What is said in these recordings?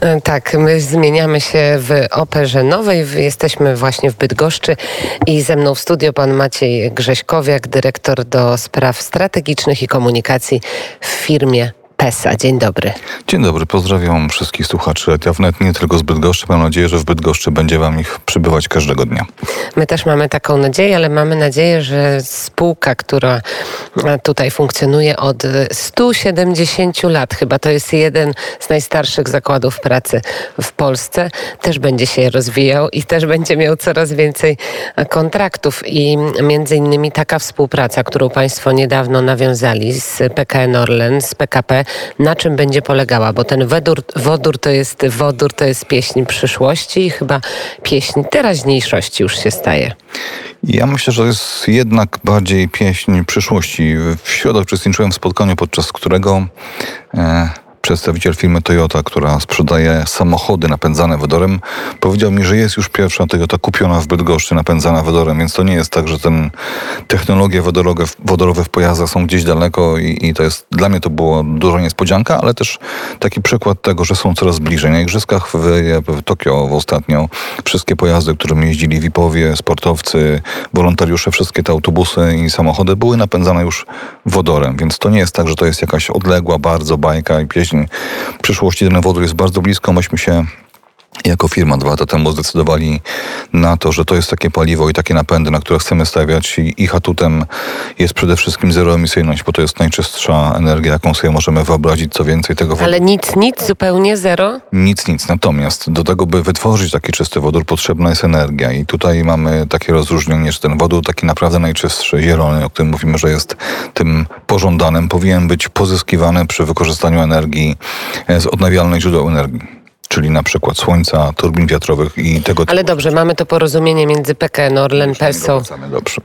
Tak, my zmieniamy się w Operze Nowej. Jesteśmy właśnie w Bydgoszczy i ze mną w studio pan Maciej Grześkowiak, dyrektor do spraw strategicznych i komunikacji w firmie PESA. Dzień dobry. Dzień dobry, pozdrawiam wszystkich słuchaczy Radia Wnet, nie tylko z Bydgoszczy. Mam nadzieję, że w Bydgoszczy będzie wam ich przybywać każdego dnia. My też mamy taką nadzieję, ale mamy nadzieję, że spółka, która tutaj funkcjonuje od 170 lat, chyba to jest jeden z najstarszych zakładów pracy w Polsce, też będzie się rozwijał i też będzie miał coraz więcej kontraktów i między innymi taka współpraca, którą państwo niedawno nawiązali z PKN Orlen, z PKP, na czym będzie polegała, bo ten wodór to jest pieśń przyszłości i chyba pieśń teraźniejszości już się staje. Ja myślę, że to jest jednak bardziej pieśń przyszłości. W środę uczestniczyłem w spotkaniu, podczas którego przedstawiciel firmy Toyota, która sprzedaje samochody napędzane wodorem, powiedział mi, że jest już pierwsza Toyota kupiona w Bydgoszczy napędzana wodorem, więc to nie jest tak, że technologie wodorowe w pojazdach są gdzieś daleko i to jest, dla mnie to było duża niespodzianka, ale też taki przykład tego, że są coraz bliżej. Na igrzyskach w Tokio ostatnio wszystkie pojazdy, którymi jeździli VIP-owie, sportowcy, wolontariusze, wszystkie te autobusy i samochody były napędzane już wodorem, więc to nie jest tak, że to jest jakaś odległa bardzo bajka i pieśń przyszłości. Ten wodór jest bardzo blisko. Myśmy się jako firma 2 lata temu zdecydowali na to, że to jest takie paliwo i takie napędy, na które chcemy stawiać i atutem jest przede wszystkim zeroemisyjność, bo to jest najczystsza energia, jaką sobie możemy wyobrazić. Co więcej tego wodoru. Ale nic, zupełnie zero? Nic. Natomiast do tego, by wytworzyć taki czysty wodór, potrzebna jest energia i tutaj mamy takie rozróżnienie, że ten wodór taki naprawdę najczystszy, zielony, o którym mówimy, że jest tym pożądanym, powinien być pozyskiwany przy wykorzystaniu energii z odnawialnych źródeł energii. Czyli na przykład słońca, turbin wiatrowych i tego typu. Ale dobrze, mamy to porozumienie między PKN Orlen, PESA. Dobrze.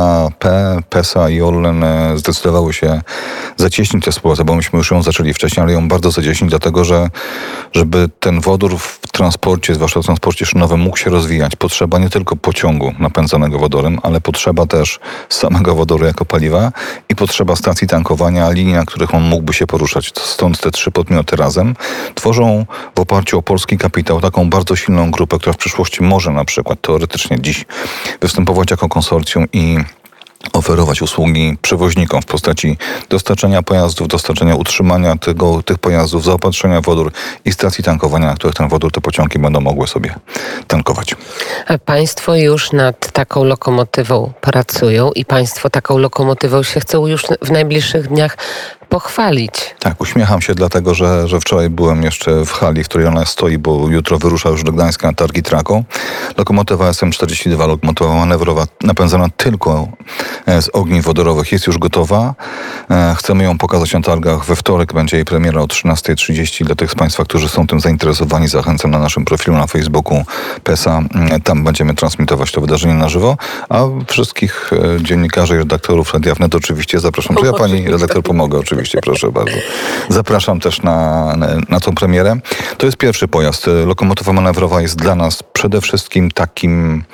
PKP, PESA i Orlen zdecydowały się zacieśnić tę współpracę, bo myśmy już ją zaczęli wcześniej, ale ją bardzo zacieśnić, dlatego że żeby ten wodór w transporcie, zwłaszcza w transporcie szynowym, mógł się rozwijać, potrzeba nie tylko pociągu napędzanego wodorem, ale potrzeba też samego wodoru jako paliwa i potrzeba stacji tankowania, linii, na których on mógłby się poruszać. Stąd te 3 podmioty razem tworzą w oparciu o polski kapitał taką bardzo silną grupę, która w przyszłości może na przykład teoretycznie dziś występować jako konsorcjum i oferować usługi przewoźnikom w postaci dostarczenia pojazdów, dostarczenia utrzymania tych pojazdów, zaopatrzenia w wodór i stacji tankowania, na których ten wodór te pociągi będą mogły sobie tankować. A państwo już nad taką lokomotywą pracują i państwo taką lokomotywą się chcą już w najbliższych dniach pochwalić. Tak, uśmiecham się dlatego, że wczoraj byłem jeszcze w hali, w której ona stoi, bo jutro wyrusza już do Gdańska na targi Traco. Lokomotywa SM42, lokomotywa manewrowa, napędzana tylko z ogniw wodorowych, jest już gotowa. Chcemy ją pokazać na targach. We wtorek będzie jej premiera o 13:30. Dla tych z państwa, którzy są tym zainteresowani, zachęcam na naszym profilu na Facebooku PESA. Tam będziemy transmitować to wydarzenie na żywo. A wszystkich dziennikarzy i redaktorów Radia Wnet oczywiście zapraszam. To ja pani redaktor pomogę oczywiście. Proszę bardzo. Zapraszam też na tą premierę. To jest pierwszy pojazd. Lokomotywa manewrowa jest dla nas przede wszystkim takim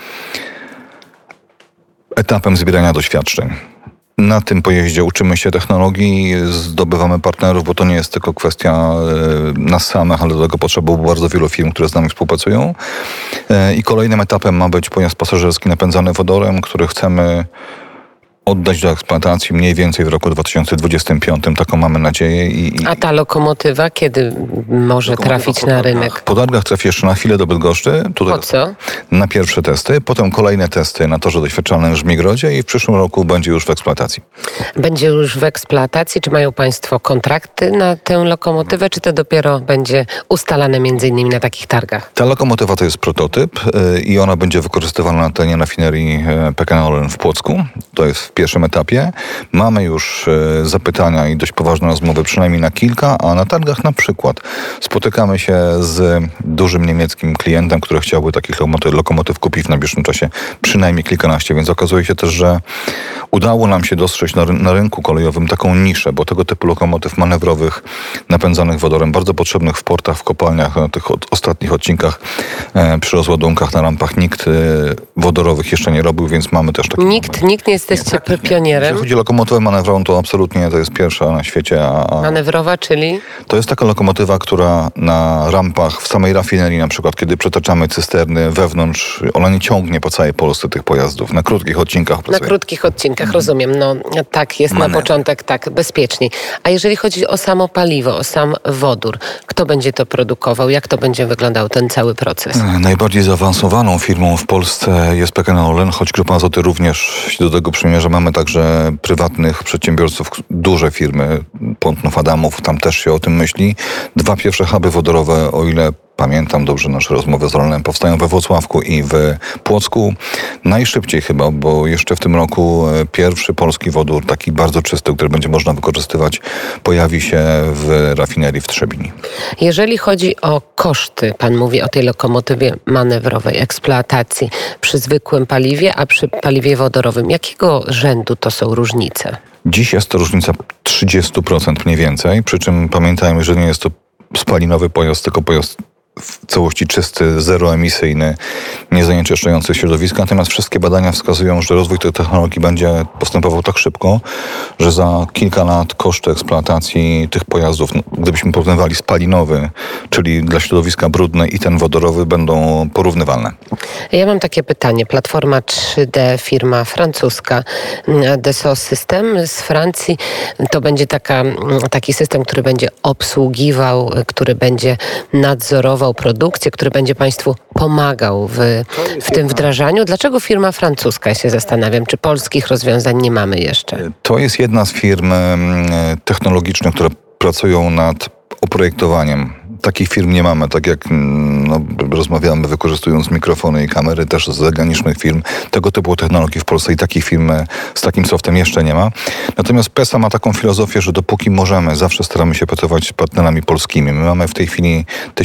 etapem zbierania doświadczeń. Na tym pojeździe uczymy się technologii, zdobywamy partnerów, bo to nie jest tylko kwestia nas samych, ale do tego potrzeba bardzo wielu firm, które z nami współpracują. I kolejnym etapem ma być pojazd pasażerski napędzany wodorem, który chcemy oddać do eksploatacji mniej więcej w roku 2025. Taką mamy nadzieję. A ta lokomotywa kiedy może trafić na rynek? Po targach trafi jeszcze na chwilę do Bydgoszczy. Tutaj Po co? Na pierwsze testy, potem kolejne testy na torze doświadczalnym w Żmigrodzie i w przyszłym roku będzie już w eksploatacji. Będzie już w eksploatacji. Czy mają państwo kontrakty na tę lokomotywę, czy to dopiero będzie ustalane między innymi na takich targach? Ta lokomotywa to jest prototyp i ona będzie wykorzystywana na terenie rafinerii PKN Orlen w Płocku. To jest w pierwszym etapie. Mamy już zapytania i dość poważne rozmowy, przynajmniej na kilka, a na targach na przykład spotykamy się z dużym niemieckim klientem, który chciałby takich lokomotyw kupić w najbliższym czasie przynajmniej kilkanaście, więc okazuje się też, że udało nam się dostrzec na rynku kolejowym taką niszę, bo tego typu lokomotyw manewrowych napędzanych wodorem, bardzo potrzebnych w portach, w kopalniach, na tych ostatnich odcinkach przy rozładunkach na rampach nikt wodorowych jeszcze nie robił, więc mamy też takie Nikt nie jesteście pionierem? Jeżeli chodzi o lokomotywę manewrową, to absolutnie to jest pierwsza na świecie. Manewrowa, czyli? To jest taka lokomotywa, która na rampach w samej rafinerii na przykład, kiedy przetaczamy cysterny wewnątrz, ona nie ciągnie po całej Polsce tych pojazdów. Na krótkich odcinkach pracuje. Na krótkich odcinkach, rozumiem. No tak, jest na początek tak bezpieczniej. A jeżeli chodzi o samo paliwo, o sam wodór, kto będzie to produkował? Jak to będzie wyglądał ten cały proces? Najbardziej zaawansowaną firmą w Polsce jest PKN Orlen, choć Grupa Azoty również się do tego przymierza. Mamy także prywatnych przedsiębiorców, duże firmy, Pątnów, Adamów, tam też się o tym myśli. 2 pierwsze huby wodorowe, o ile pamiętam dobrze nasze rozmowy z Orlenem, powstają we Włocławku i w Płocku. Najszybciej chyba, bo jeszcze w tym roku pierwszy polski wodór, taki bardzo czysty, który będzie można wykorzystywać, pojawi się w rafinerii w Trzebinie. Jeżeli chodzi o koszty, pan mówi o tej lokomotywie manewrowej, eksploatacji przy zwykłym paliwie, a przy paliwie wodorowym. Jakiego rzędu to są różnice? Dziś jest to różnica 30% mniej więcej, przy czym pamiętajmy, że nie jest to spalinowy pojazd, tylko pojazd w całości czysty, zeroemisyjny, nie zanieczyszczający środowiska. Natomiast wszystkie badania wskazują, że rozwój tej technologii będzie postępował tak szybko, że za kilka lat koszty eksploatacji tych pojazdów, gdybyśmy porównywali spalinowy, czyli dla środowiska brudny, i ten wodorowy, będą porównywalne. Ja mam takie pytanie. Platforma 3D, firma francuska, Dassault System z Francji, to będzie taki system, który będzie obsługiwał, który będzie nadzorował produkcję, który będzie państwu pomagał w tym wdrażaniu. Dlaczego firma francuska, ja się zastanawiam, czy polskich rozwiązań nie mamy jeszcze? To jest jedna z firm technologicznych, które pracują nad oprojektowaniem. Takich firm nie mamy, tak jak rozmawiamy, wykorzystując mikrofony i kamery też z zagranicznych firm. Tego typu technologii w Polsce i takich firm z takim softem jeszcze nie ma. Natomiast PESA ma taką filozofię, że dopóki możemy, zawsze staramy się pracować z partnerami polskimi. My mamy w tej chwili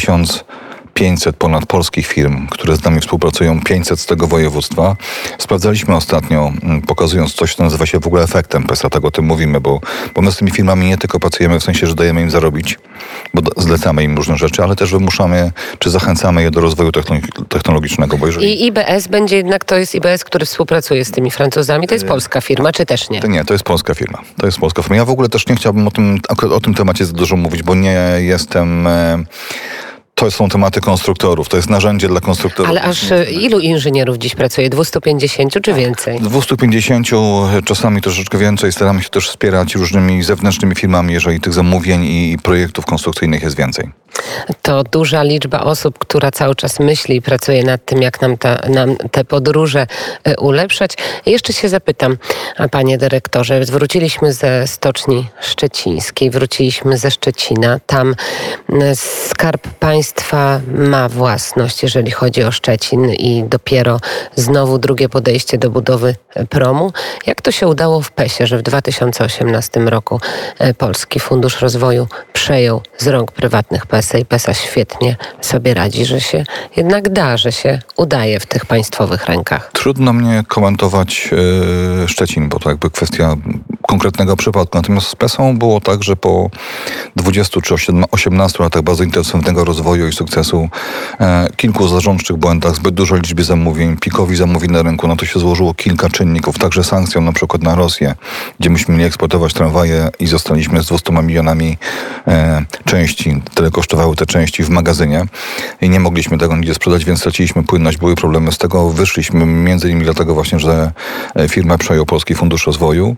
1500 ponad polskich firm, które z nami współpracują, 500 z tego województwa. Sprawdzaliśmy ostatnio, pokazując coś, co nazywa się w ogóle efektem PESA, tak o tym mówimy, bo my z tymi firmami nie tylko pracujemy w sensie, że dajemy im zarobić, bo zlecamy im różne rzeczy, ale też wymuszamy, czy zachęcamy je do rozwoju technologicznego. Bo jeżeli... I IBS będzie jednak, to jest IBS, który współpracuje z tymi Francuzami, to jest polska firma, czy też nie? Nie, to jest polska firma. To jest polska firma. Ja w ogóle też nie chciałbym o tym temacie za dużo mówić, bo nie jestem... To są tematy konstruktorów, to jest narzędzie dla konstruktorów. Ale aż ilu inżynierów dziś pracuje? 250 czy więcej? 250, czasami troszeczkę więcej. Staramy się też wspierać różnymi zewnętrznymi firmami, jeżeli tych zamówień i projektów konstrukcyjnych jest więcej. To duża liczba osób, która cały czas myśli i pracuje nad tym, jak nam te podróże ulepszać. Jeszcze się zapytam, panie dyrektorze, wróciliśmy ze Stoczni Szczecińskiej, wróciliśmy ze Szczecina. Tam Skarb Państwa ma własność, jeżeli chodzi o Szczecin, i dopiero znowu drugie podejście do budowy promu. Jak to się udało w PES-ie, że w 2018 roku Polski Fundusz Rozwoju przejął z rąk prywatnych PES-a i PES-a świetnie sobie radzi, że się jednak da, że się udaje w tych państwowych rękach? Trudno mnie komentować Szczecin, bo to jakby kwestia konkretnego przypadku. Natomiast z PES-ą było tak, że po 20 czy 18 latach bardzo intensywnego rozwoju i sukcesu, kilku zarządczych błędach, zbyt dużej liczbie zamówień, pikowi zamówień na rynku, no to się złożyło kilka czynników, także sankcją na przykład na Rosję, gdzie myśmy mieli eksportować tramwaje i zostaliśmy z 200 milionami części. Tyle kosztowały te części w magazynie i nie mogliśmy tego nigdzie sprzedać, więc straciliśmy płynność, były problemy z tego. Wyszliśmy między innymi dlatego właśnie, że firmę przejął Polski Fundusz Rozwoju.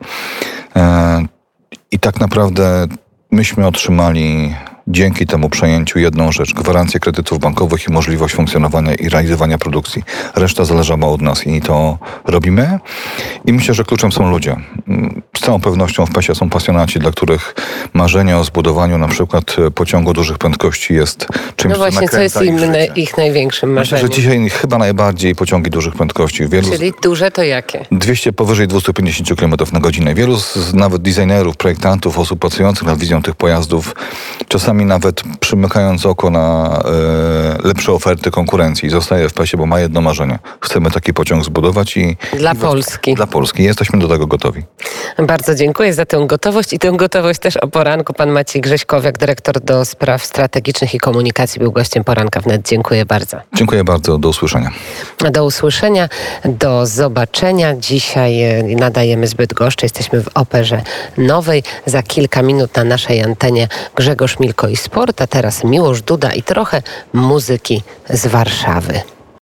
I tak naprawdę myśmy otrzymali dzięki temu przejęciu jedną rzecz: gwarancję kredytów bankowych i możliwość funkcjonowania i realizowania produkcji. Reszta zależała od nas i to robimy. I myślę, że kluczem są ludzie. Z całą pewnością w PES-ie są pasjonaci, dla których marzenie o zbudowaniu na przykład pociągu dużych prędkości jest czymś, no właśnie, co jest ich największym marzeniem? Myślę, że dzisiaj chyba najbardziej pociągi dużych prędkości. Czyli duże to jakie? Powyżej 250 km na godzinę. Wielu nawet designerów, projektantów, osób pracujących nad wizją tych pojazdów, czasami nawet przymykając oko na lepsze oferty konkurencji. Zostaje w PES-ie, bo ma jedno marzenie. Chcemy taki pociąg zbudować Dla Polski. Dla Polski. Jesteśmy do tego gotowi. Bardzo dziękuję za tę gotowość i tę gotowość też o poranku. Pan Maciej Grześkowiak, dyrektor do spraw strategicznych i komunikacji, był gościem Poranka Wnet. Dziękuję bardzo. Dziękuję bardzo. Do usłyszenia. Do usłyszenia, do zobaczenia. Dzisiaj nadajemy z Bydgoszczy. Jesteśmy w Operze Nowej. Za kilka minut na naszej antenie Grzegorz Milko i Sport, a teraz Miłosz Duda i trochę muzyki z Warszawy.